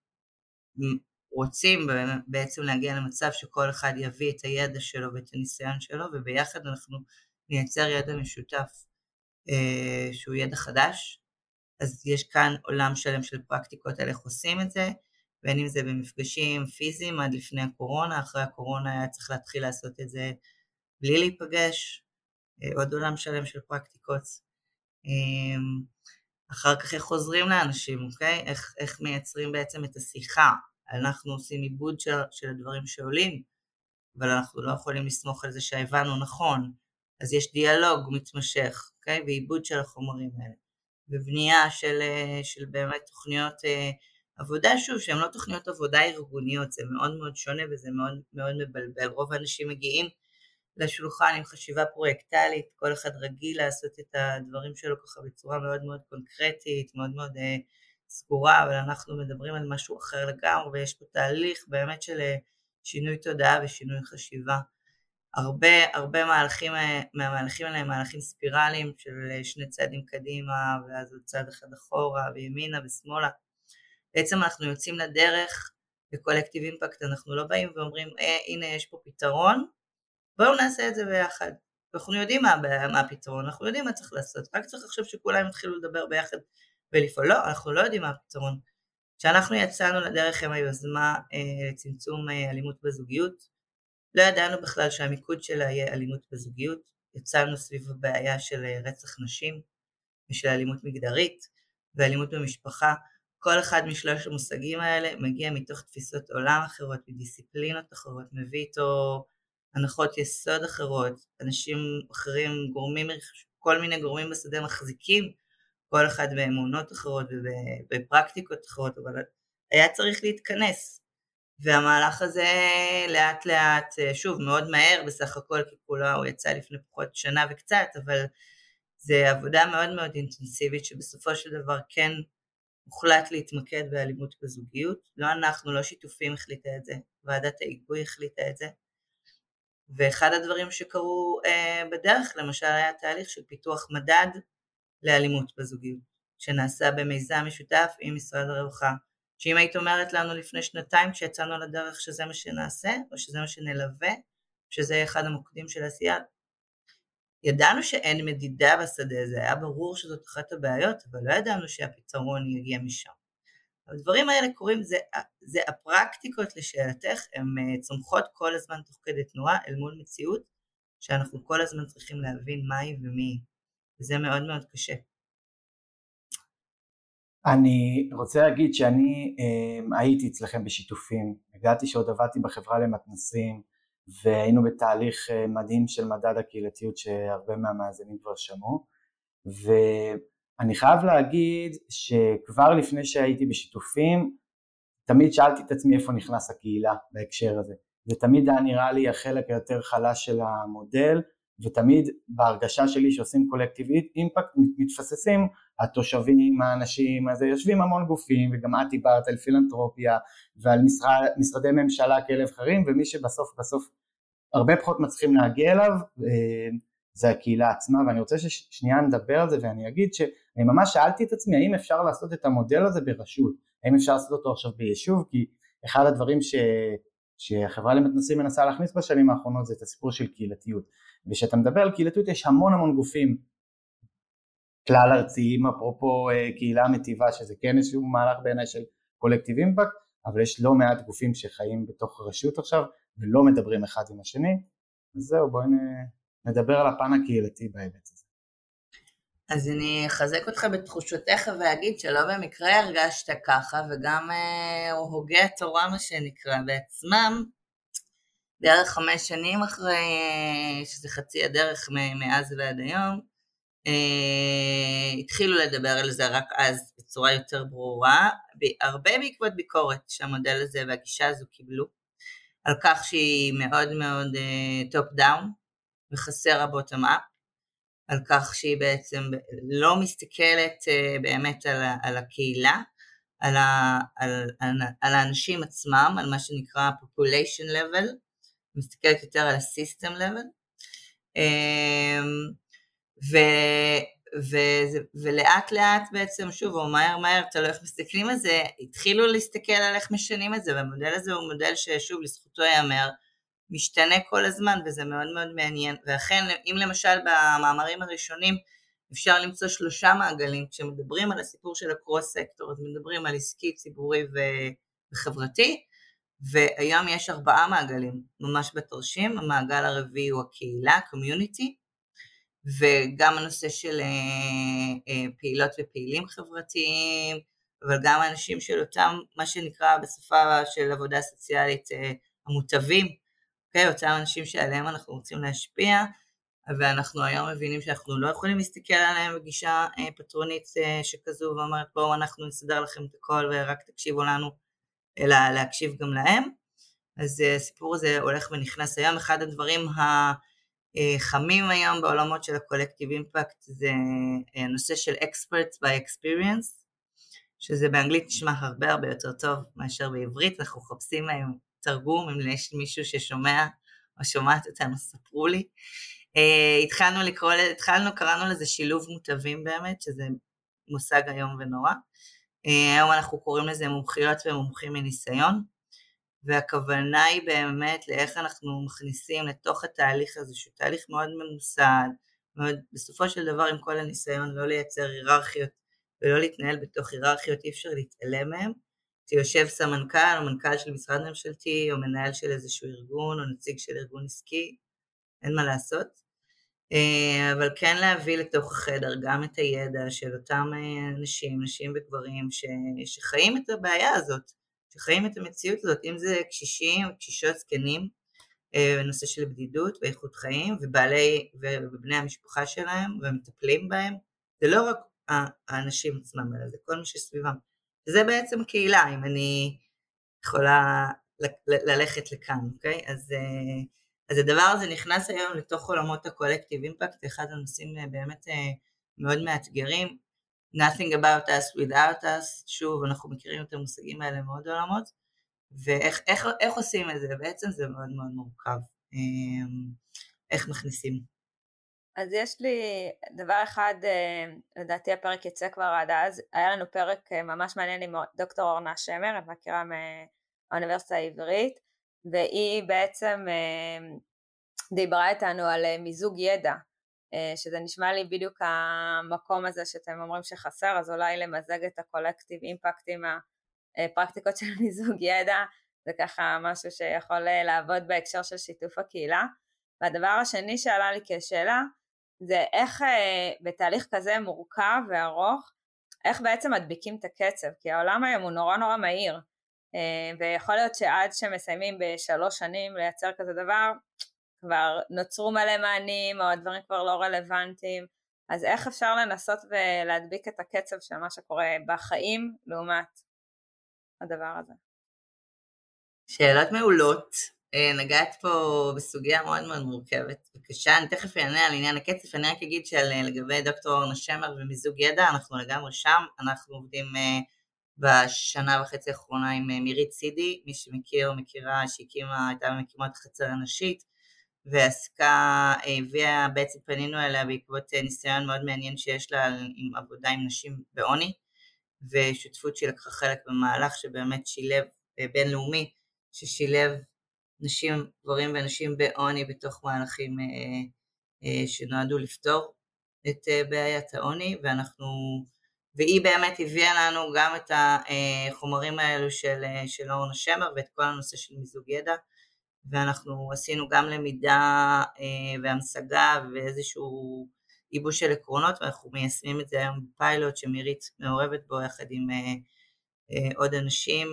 רוצים בעצם להגיע למצב שכל אחד יביא את הידע שלו ואת הניסיון שלו, וביחד אנחנו נייצר ידע משותף שהוא ידע חדש. אז יש כאן עולם שלם של פרקטיקות על איך עושים את זה, בין אם זה במפגשים פיזיים עד לפני הקורונה, אחרי הקורונה היה צריך להתחיל לעשות את זה בלי להיפגש, עוד עולם שלם של פרקטיקות. אחר כך איך חוזרים לאנשים, אוקיי? איך מייצרים בעצם את השיחה אנחנו עושים עיבוד של הדברים שעולים, אבל אנחנו לא יכולים לסמוך על זה שהבנו נכון, אז יש דיאלוג מתמשך, אוקיי? ועיבוד של החומרים האלה, ובנייה של באמת תוכניות עבודה, שוב, שהן לא תוכניות עבודה ארגוניות, זה מאוד מאוד שונה וזה מאוד מאוד מבלבל. רוב האנשים מגיעים לשולחן עם חשיבה פרויקטלית, כל אחד רגיל לעשות את הדברים שלו ככה בצורה מאוד מאוד קונקרטית, מאוד מאוד סגורה, אבל אנחנו מדברים על משהו אחר לגמרי, ויש פה תהליך באמת של שינוי תודעה ושינוי חשיבה. הרבה מהמהלכים האלה הם מהלכים ספירליים של שני צעדים קדימה, ואז עוד צעד אחד אחורה, וימינה ושמאלה. בעצם אנחנו יוצאים לדרך בקולקטיב אימפקט, אנחנו לא באים ואומרים, הנה יש פה פתרון, בואו נעשה את זה ביחד. אנחנו יודעים מה הפתרון, אנחנו יודעים מה צריך לעשות, רק צריך עכשיו שכולם יתחילו לדבר ביחד ולפעול. לא, אנחנו לא יודעים מה הפתרון. כשאנחנו יצאנו לדרך עם היוזמה לצמצום אלימות בזוגיות, לא ידענו בכלל שהמיקוד שלה יהיה אלימות בזוגיות, יצאנו סביב הבעיה של רצח נשים, ושל אלימות מגדרית, ואלימות במשפחה. כל אחד משלוש המושגים האלה מגיע מתוך תפיסות עולם אחרות, מדיסציפלינות אחרות, מביא איתו הנחות יסוד אחרות, אנשים אחרים, כל מיני גורמים בשדה מחזיקים, כל אחד באמונות אחרות ובפרקטיקות אחרות, אבל היה צריך להתכנס, והמהלך הזה לאט לאט, שוב מאוד מהר בסך הכל, כי כולה הוא יצא לפני פחות שנה וקצת, אבל זה עבודה מאוד מאוד אינטנסיבית, שבסופו של דבר כן הוחלט להתמקד באלימות בזוגיות, לא אנחנו, לא שיתופים החליטה את זה, ועדת ההיגוי החליטה את זה, ואחד הדברים שקרו בדרך, למשל היה תהליך של פיתוח מדד לאלימות בזוגיות, שנעשה במיזם משותף עם משרד הרווחה, שאם היית אומרת לנו לפני שנתיים כשיצאנו לדרך שזה מה שנעשה, או שזה מה שנלווה, שזה אחד המוקדים של העשייה, ידענו שאין מדידה בשדה, זה היה ברור שזאת אחת הבעיות, אבל לא ידענו שהפתרון יגיע משם. הדברים האלה קורים, זה הפרקטיקות לשאלתך, הן צומחות כל הזמן תוך כדי תנועה אל מול מציאות, שאנחנו כל הזמן צריכים להבין מהי ומי, וזה מאוד מאוד קשה. אני רוצה להגיד שאני הייתי אצלכם בשיתופים, הגעתי שעוד עבדתי בחברה למתנסים, והיינו בתהליך מדהים של מדד הקהילתיות שהרבה מהמאזינים כבר שמעו, ואני חייב להגיד שכבר לפני שהייתי בשיתופים, תמיד שאלתי את עצמי איפה נכנס הקהילה בהקשר הזה, ותמיד היה נראה לי החלק היותר חלש של המודל, ותמיד בהרגשה שלי שעושים קולקטיב אימפקט מתפססים התושבים, האנשים, אז יושבים המון גופים, וגם את דיברת על פילנתרופיה ועל משרדי ממשלה כאלה ובחרים, ומי שבסוף הרבה פחות מצליחים להגיע אליו זה הקהילה עצמה, ואני רוצה ששנייה נדבר על זה, ואני אגיד שאני ממש שאלתי את עצמי האם אפשר לעשות את המודל הזה ברשות, האם אפשר לעשות אותו עכשיו ביישוב, כי אחד הדברים שהחברה למתנסים מנסה להכניס בשנים האחרונות זה את הסיפור של קהילתיות, ושאתה מדבר על קהילתיות יש המון גופים כלל ארציים, אפרופו קהילה מטיבה, שזה כן איזשהו מהלך בעיניי של קולקטיב אימפקט, אבל יש לא מעט גופים שחיים בתוך רשות עכשיו ולא מדברים אחד עם השני, אז זהו, בואי נדבר על הפן הקהילתי בהיבט הזה. אז אני אחזק אותך בתחושותיך ואגיד שלא במקרה הרגשת ככה, וגם הוגי התורה מה שנקרא בעצמם, בערך 5 שנים אחרי, שזה חצי הדרך מאז ועד היום, התחילו לדבר על זה רק אז בצורה יותר ברורה, הרבה בעקבות ביקורת שהמודל הזה והגישה הזו קיבלו, על כך שהיא מאוד מאוד טופ דאון וחסר הבוטום אפ, על כך שהיא בעצם לא מסתכלת באמת על הקהילה, על האנשים עצמם, על מה שנקרא population level, מסתכלת יותר על ה-system level, ולאט לאט בעצם, שוב, או מהר, תלוי איך מסתכלים על זה, התחילו להסתכל על איך משנים את זה, והמודל הזה הוא מודל ששוב לזכותו יאמר, משתנה כל הזמן, וזה מאוד מאוד מעניין, ואכן, אם למשל במאמרים הראשונים, אפשר למצוא 3 מעגלים, כשמדברים על הסיפור של הקרוס סקטור, אז מדברים על עסקי, ציבורי וחברתי, והיום יש 4 מעגלים, ממש בתרשים, המעגל הרביעי הוא הקהילה, קומיוניטי, וגם הנושא של פעילות ופעילים חברתיים, אבל גם האנשים של אותם, מה שנקרא בשפה של עבודה סוציאלית, המוטבים, okay? אותם אנשים שעליהם אנחנו רוצים להשפיע, ואנחנו היום מבינים שאנחנו לא יכולים להסתכל עליהם בגישה פטרונית שכזו, ואומרת בואו אנחנו נסדר לכם את הכל ורק תקשיבו לנו, אלא להקשיב גם להם. אז הסיפור הזה הולך ונכנס היום. אחד הדברים החמים היום בעולמות של הקולקטיב אימפקט זה הנושא של experts by experience, שזה באנגלית נשמע הרבה יותר טוב מאשר בעברית. אנחנו חפשים היום תרגום, אם יש מישהו ששומע או שומעת אותנו, ספרו לי. קראנו לזה שילוב מוטבים באמת, שזה מושג היום ונורא. היום אנחנו קוראים לזה מומחיות ומומחים מניסיון, והכוונה היא באמת לאיך אנחנו מכניסים לתוך התהליך הזה, שהוא תהליך מאוד ממוסד, מאוד, בסופו של דבר עם כל הניסיון לא לייצר היררכיות, ולא להתנהל בתוך היררכיות, אי אפשר להתעלם מהם, שיושב סמנכ"ל או מנכ"ל של משרד ממשלתי, או מנהל של איזשהו ארגון, או נציג של ארגון עסקי, אין מה לעשות, אבל כן להביא לתוך החדר גם את הידע של אותם אנשים, נשים וגברים, שחיים את הבעיה הזאת, שחיים את המציאות הזאת, אם זה קשישים, קשישות, זקנים, בנושא של בדידות ואיכות חיים, ובני המשפחה שלהם, ומטפלים בהם, זה לא רק האנשים עצמם, אלא זה כל מה שסביבם. זה בעצם קהילה, אם אני יכולה ללכת לכאן, אוקיי? אז הדבר הזה נכנס היום לתוך עולמות הקולקטיב אימפקט, אחד הנושאים באמת מאוד מאתגרים, nothing about us without us, שוב, אנחנו מכירים את המושגים האלה מאוד עולמות, ואיך עושים את זה? בעצם זה מאוד מאוד מורכב, איך מכניסים. אז יש לי דבר אחד, לדעתי הפרק יצא כבר עד אז, היה לנו פרק ממש מעניין עם דוקטור אורנה שמר, את מכירה מהאוניברסיטה העברית, והיא בעצם דיברה איתנו על מיזוג ידע, שזה נשמע לי בדיוק המקום הזה שאתם אומרים שחסר, אז אולי למזג את הקולקטיב אימפקט עם הפרקטיקות של מיזוג ידע, זה ככה משהו שיכול לעבוד בהקשר של שיתוף הקהילה. והדבר השני שעלה לי כשאלה, זה איך בתהליך כזה מורכב וארוך, איך בעצם מדביקים את הקצב, כי העולם היום הוא נורא נורא מהיר, ויכול להיות שעד שמסיימים ב3 שנים לייצר כזה דבר, כבר נוצרו מלא מענים, או הדברים כבר לא רלוונטיים, אז איך אפשר לנסות ולהדביק את הקצב של מה שקורה בחיים, לעומת הדבר הזה? שאלות מעולות, נגעת פה בסוגיה מאוד מאוד מורכבת, בבקשה, אני תכף אענה על עניין הקצב, אני רק אגיד שלגבי דוקטור אורנה שמר ומיזוג ידע, אנחנו לגמרי שם, אנחנו עובדים בשנה וחצי האחרונה עם מירית סידי, מי שמכיר או מכירה הייתה מקימות החצר הנשית, ועסקה, בעצם פנינו אליה בעקבות ניסיון מאוד מעניין שיש לה עם עבודה עם נשים בעוני, ושותפות שלקחה חלק במהלך שבאמת שילב בינלאומי, ששילב נשים, גברים ונשים בעוני בתוך מהלכים שנועדו לפתור את בעיית העוני, והיא באמת הביאה לנו גם את החומרים האלו של אורנה שמר ואת כל הנושא של מיזוג ידע, ואנחנו עשינו גם למידה והמשגה ואיזשהו ייבוש של עקרונות, ואנחנו מיישמים את זה היום בפיילוט שמירית מעורבת בו יחד עם עוד אנשים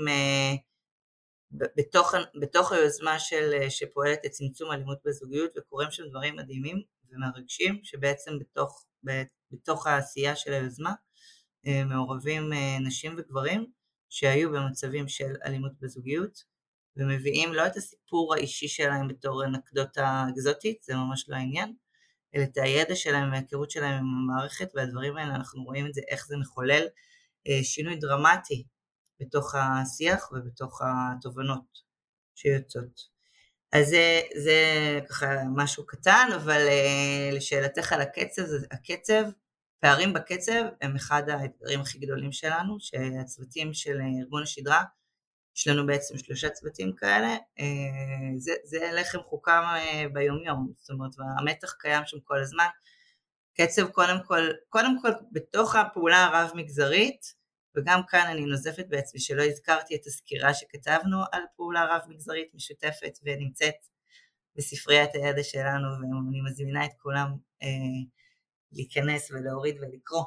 בתוך היוזמה שפועלת לצמצום אלימות בזוגיות, וקוראים שם דברים מדהימים ומרגשים, שבעצם בתוך העשייה של היוזמה מעורבים נשים וגברים שהיו במצבים של אלימות בזוגיות, ומביאים לא את הסיפור האישי שלהם בתור אנקדוטה אקזוטית, זה ממש לא העניין, אלא את הידע שלהם וההיכרות שלהם עם המערכת, והדברים האלה אנחנו רואים את זה, איך זה מחולל שינוי דרמטי בתוך השיח ובתוך התובנות שיוצאות. אז זה ככה משהו קטן, אבל לשאלתך על הקצב, פערים בקצב הם אחד האתגרים הכי גדולים שלנו, שהצוותים של ארגון השדרה, יש לנו בעצם 3 צוותים כאלה, זה לחם חוקם ביום יום, זאת אומרת, והמתח קיים שם כל הזמן. קצב קודם כל בתוך הפעולה הרב מגזרית, וגם כאן אני נוזפת בעצמי שלא הזכרתי את הסקירה שכתבנו על פעולה רב מגזרית משותפת ונמצאת בספריית הידע שלנו, ואני מזמינה את כולם להיכנס ולהוריד ולקרוא.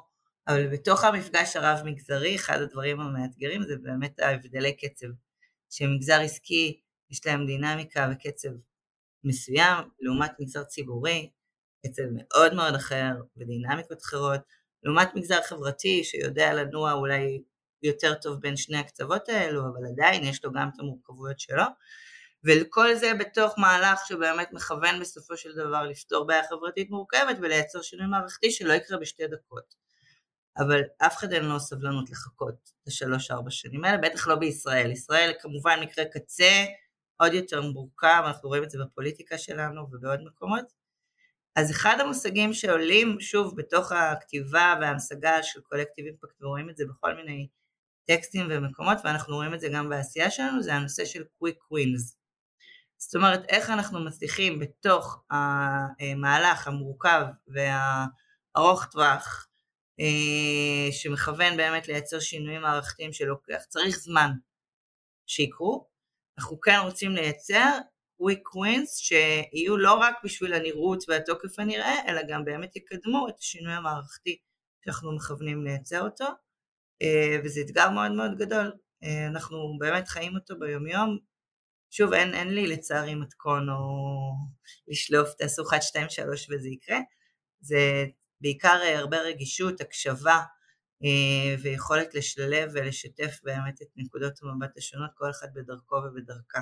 אבל בתוך המפגש הרב מגזרי, אחד הדברים המאתגרים זה באמת ההבדלי קצב, שמגזר עסקי יש להם דינמיקה וקצב מסוים, לעומת מגזר ציבורי, קצב מאוד מאוד אחר ודינמיקות אחרות, לעומת מגזר חברתי שיודע לנוע אולי יותר טוב בין שני הקצוות האלו, אבל עדיין יש לו גם את המורכבויות שלו, וכל זה בתוך מהלך שבאמת מכוון בסופו של דבר לפתור בעיה חברתית מורכבת ולייצר שינוי מערכתי שלא יקרה בשתי דקות. אבל אף אחד אין לו סבלנות לחכות ל3-4 שנים האלה, בטח לא בישראל. ישראל כמובן מקרה קצה, עוד יותר מורכב, אנחנו רואים את זה בפוליטיקה שלנו ובעוד מקומות. אז אחד המושגים שעולים שוב בתוך הכתיבה וההמשגה של קולקטיב אימפקט, ורואים את זה בכל מיני טקסטים ומקומות, ואנחנו רואים את זה גם בעשייה שלנו, זה הנושא של quick wins. זאת אומרת, איך אנחנו מצליחים בתוך המהלך המורכב והארוך טווח, שמכוון באמת לייצר שינויים מערכתיים שלוקח, צריך זמן שיקרו, אנחנו כן רוצים לייצר quick wins שיהיו לא רק בשביל הנראות והתוקף הנראה, אלא גם באמת יקדמו את השינוי המערכתי שאנחנו מכוונים לייצר אותו, וזה אתגר מאוד מאוד גדול, אנחנו באמת חיים אותו ביומיום, שוב אין לי לצערי מתכון או לשלוף, תעשו 1, 2, 3 וזה יקרה, זה בעיקר הרבה רגישות, הקשבה ויכולת לשלב ולשתף באמת את נקודות המבט השונות, כל אחד בדרכו ובדרכה.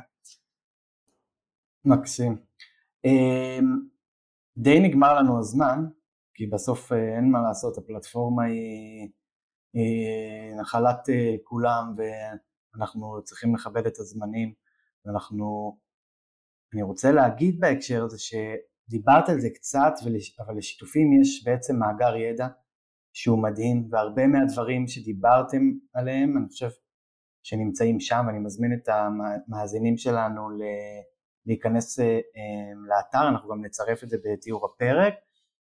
מקסים. די נגמר לנו הזמן, כי בסוף אין מה לעשות, הפלטפורמה היא נחלת כולם, ואנחנו צריכים לכבד את הזמנים, אני רוצה להגיד בהקשר הזה שדיברת על זה קצת, אבל לשיתופים יש בעצם מאגר ידע שהוא מדהים, והרבה מהדברים שדיברתם עליהם, אני חושב שנמצאים שם, ואני מזמין את המאזינים שלנו להיכנס לאתר, אנחנו גם נצרף את זה בתיאור הפרק,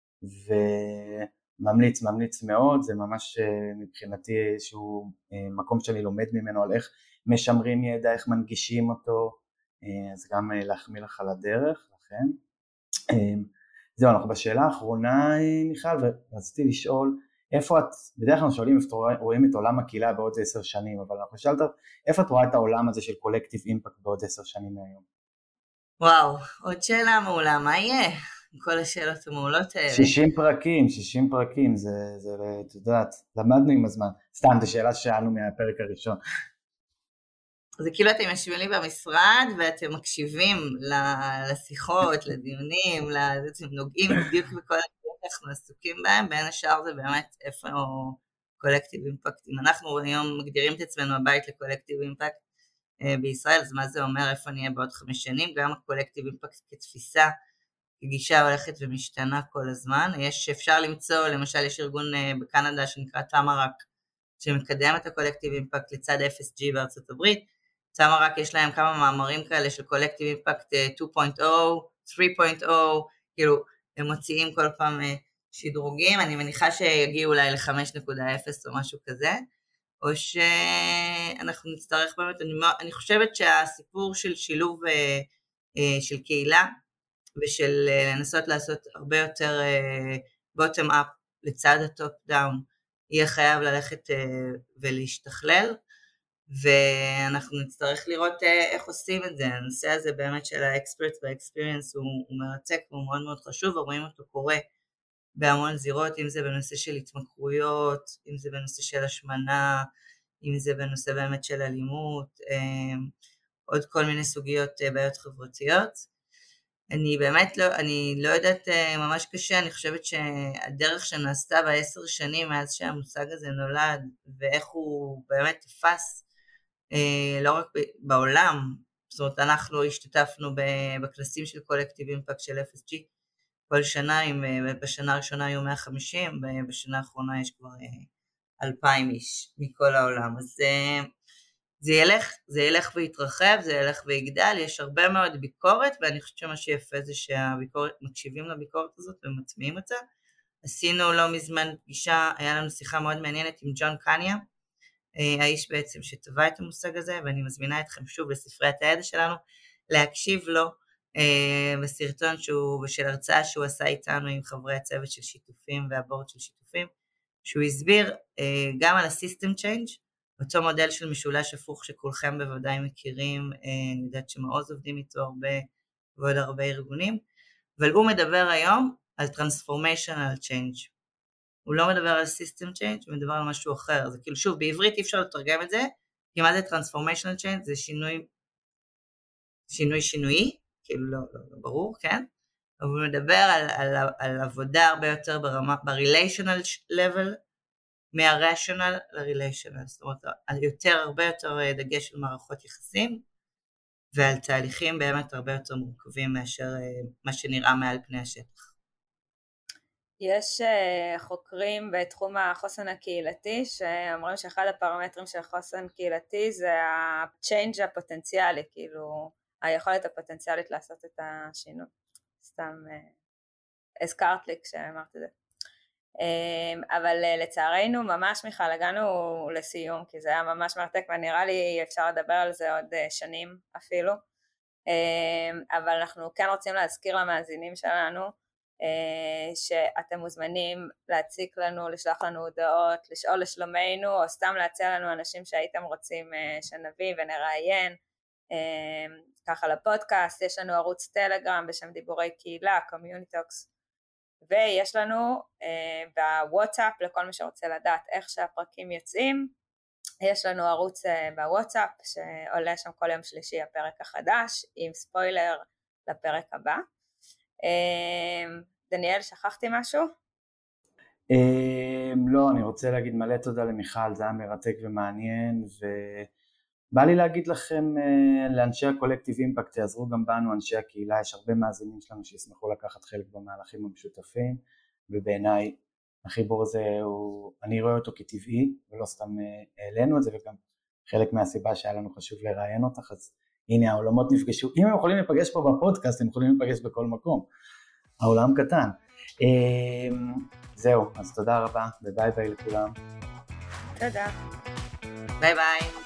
ממליץ מאוד, זה ממש מבחינתי איזשהו מקום שאני לומד ממנו על איך משמרים ידע, איך מנגישים אותו, אז גם להחמיא לך על הדרך, לכן. זהו, אנחנו בשאלה האחרונה, מיכל, ורציתי לשאול, איפה את, בדרך כלל שואלים איפה רואים את עולם הקהילה בעוד 10 שנים, אבל אנחנו שאלת, איפה את רואה את העולם הזה של קולקטיב אימפקט בעוד 10 שנים מהיום? וואו, עוד שאלה מעולה, מה יהיה? כל השאלות המעולות האלה. 60 פרקים, זה את יודעת, למדנו עם הזמן. סתם, זו שאלה ששאלנו מהפרק הראשון. זה כאילו אתם יושבים לי במשרד, ואתם מקשיבים לשיחות, לדיונים, אתם נוגעים בדיוק בכל הדברים שאנחנו עסוקים בהם, בין השאר זה באמת איפה קולקטיב אימפקט. אם אנחנו היום מגדירים את עצמנו הבית לקולקטיב אימפקט בישראל, אז מה זה אומר איפה נהיה בעוד 5 שנים? גם הקולקטיב אימפקט כתפיסה, גישה הולכת ומשתנה כל הזמן. אפשר למצוא, למשל יש ארגון בקנדה שנקרא תמרק, שמקדם את הקולקטיב אימפקט לצד FSG בארצות הברית. תמרק יש להם כמה מאמרים כאלה של קולקטיב אימפקט 2.0, 3.0, כאילו הם מוציאים כל פעם שדרוגים, אני מניחה שיגיעו אולי ל5.0 או משהו כזה, או שאנחנו נצטרך באמת, אני חושבת שהסיפור של שילוב של קהילה, ושל לנסות לעשות הרבה יותר bottom up לצד הטופ דאון, יהיה חייב ללכת ולהשתכלל, ואנחנו נצטרך לראות איך עושים את זה. הנושא הזה באמת של האקספרט והאקספיריאנס הוא מרתק והוא מאוד מאוד חשוב, ורואים אותו קורה בהמון זירות, אם זה בנושא של התמכרויות, אם זה בנושא של השמנה, אם זה בנושא באמת של אלימות, עוד כל מיני סוגיות בעיות חברתיות. אני באמת לא יודעת, ממש קשה, אני חושבת שהדרך שנעשתה ב10 שנים מאז שהמושג הזה נולד, ואיך הוא באמת תפס, לא רק בעולם, זאת אומרת אנחנו השתתפנו בכנסים של קולקטיב אימפקט של FSG, כל שנה, בשנה הראשונה היו 150, בשנה האחרונה יש כבר 2,000 איש מכל העולם, אז זה ילך ויתרחב, זה ילך ויגדל, יש הרבה מאוד ביקורת, ואני חושבת שמה שיפה זה שמקשיבים לביקורת הזאת ומטמיעים אותה. עשינו לא מזמן פגישה, היה לנו שיחה מאוד מעניינת עם ג'ון קניה, האיש בעצם שטבע את המושג הזה, ואני מזמינה אתכם שוב לספריית הידע שלנו, להקשיב לו בסרטון של הרצאה שהוא עשה איתנו עם חברי הצוות של שיתופים והבורד של שיתופים, שהוא הסביר גם על ה-System Change, אותו מודל של משולש הפוך שכולכם בוודאי מכירים, אני יודעת שמעוז עובדים איתו הרבה ועוד הרבה ארגונים, אבל הוא מדבר היום על Transformational Change. הוא לא מדבר על System Change, הוא מדבר על משהו אחר. זה כאילו שוב, בעברית אי אפשר לתרגם את זה, כי מה זה Transformational Change? זה שינוי, כאילו לא ברור, כן? אבל הוא מדבר על עבודה הרבה יותר ברמה, ב-relational level, מה-rational ל-relational, זאת אומרת, הרבה יותר דגש על מערכות יחסים, ועל תהליכים באמת הרבה יותר מורכבים מאשר מה שנראה מעל פני השטח. יש חוקרים בתחום החוסן הקהילתי שאומרים שאחד הפרמטרים של חוסן קהילתי זה ה-change הפוטנציאלי, כאילו היכולת הפוטנציאלית לעשות את השינוי. סתם הזכרת לי כשאמרת את זה. אבל לצערנו ממש מיכל הגענו לסיום, כי זה היה ממש מרתק ונראה לי אפשר לדבר על זה עוד שנים אפילו, אבל אנחנו כן רוצים להזכיר למאזינים שלנו שאתם מוזמנים להציק לנו, לשלוח לנו הודעות, לשאול לשלומנו, או סתם להציע לנו אנשים שהייתם רוצים שנביא ונראיין ככה לפודקאסט. יש לנו ערוץ טלגרם בשם דיבורי קהילה, קומיוניטוקס, ויש לנו בוואטסאפ, לכל מי שרוצה לדעת איך שהפרקים יוצאים, יש לנו ערוץ בוואטסאפ שעולה שם כל יום שלישי הפרק החדש עם ספוילר לפרק הבא. דניאל, שכחתי משהו? לא, אני רוצה להגיד מלא תודה למיכל, זה היה מרתק ומעניין, ובא לי להגיד לכם, לאנשי הקולקטיב אימפקט, תעזרו גם בנו, אנשי הקהילה, יש הרבה מאזינים שלנו שישמחו לקחת חלק במהלכים המשותפים, ובעיניי החיבור הזה, אני רואה אותו כטבעי, ולא סתם העלינו את זה, וגם חלק מהסיבה שהיה לנו חשוב לראיין אותך, אז הנה העולמות נפגשו, אם הם יכולים לפגש פה בפודקאסט, הם יכולים לפגש בכל מקום, העולם קטן. זהו, אז תודה רבה, וביי ביי לכולם. תודה. ביי ביי.